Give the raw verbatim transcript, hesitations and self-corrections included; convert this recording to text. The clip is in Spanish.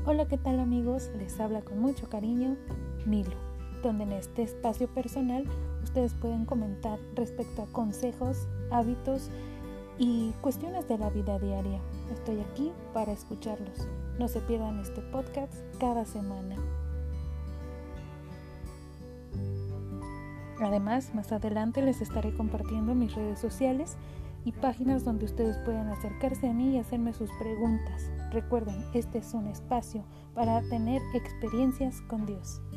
Hola, ¿qué tal amigos? Les habla con mucho cariño Milo, donde en este espacio personal ustedes pueden comentar respecto a consejos, hábitos y cuestiones de la vida diaria. Estoy aquí para escucharlos. No se pierdan este podcast cada semana. Además, más adelante les estaré compartiendo mis redes sociales y páginas donde ustedes pueden acercarse a mí y hacerme sus preguntas. Recuerden, este es un espacio para tener experiencias con Dios.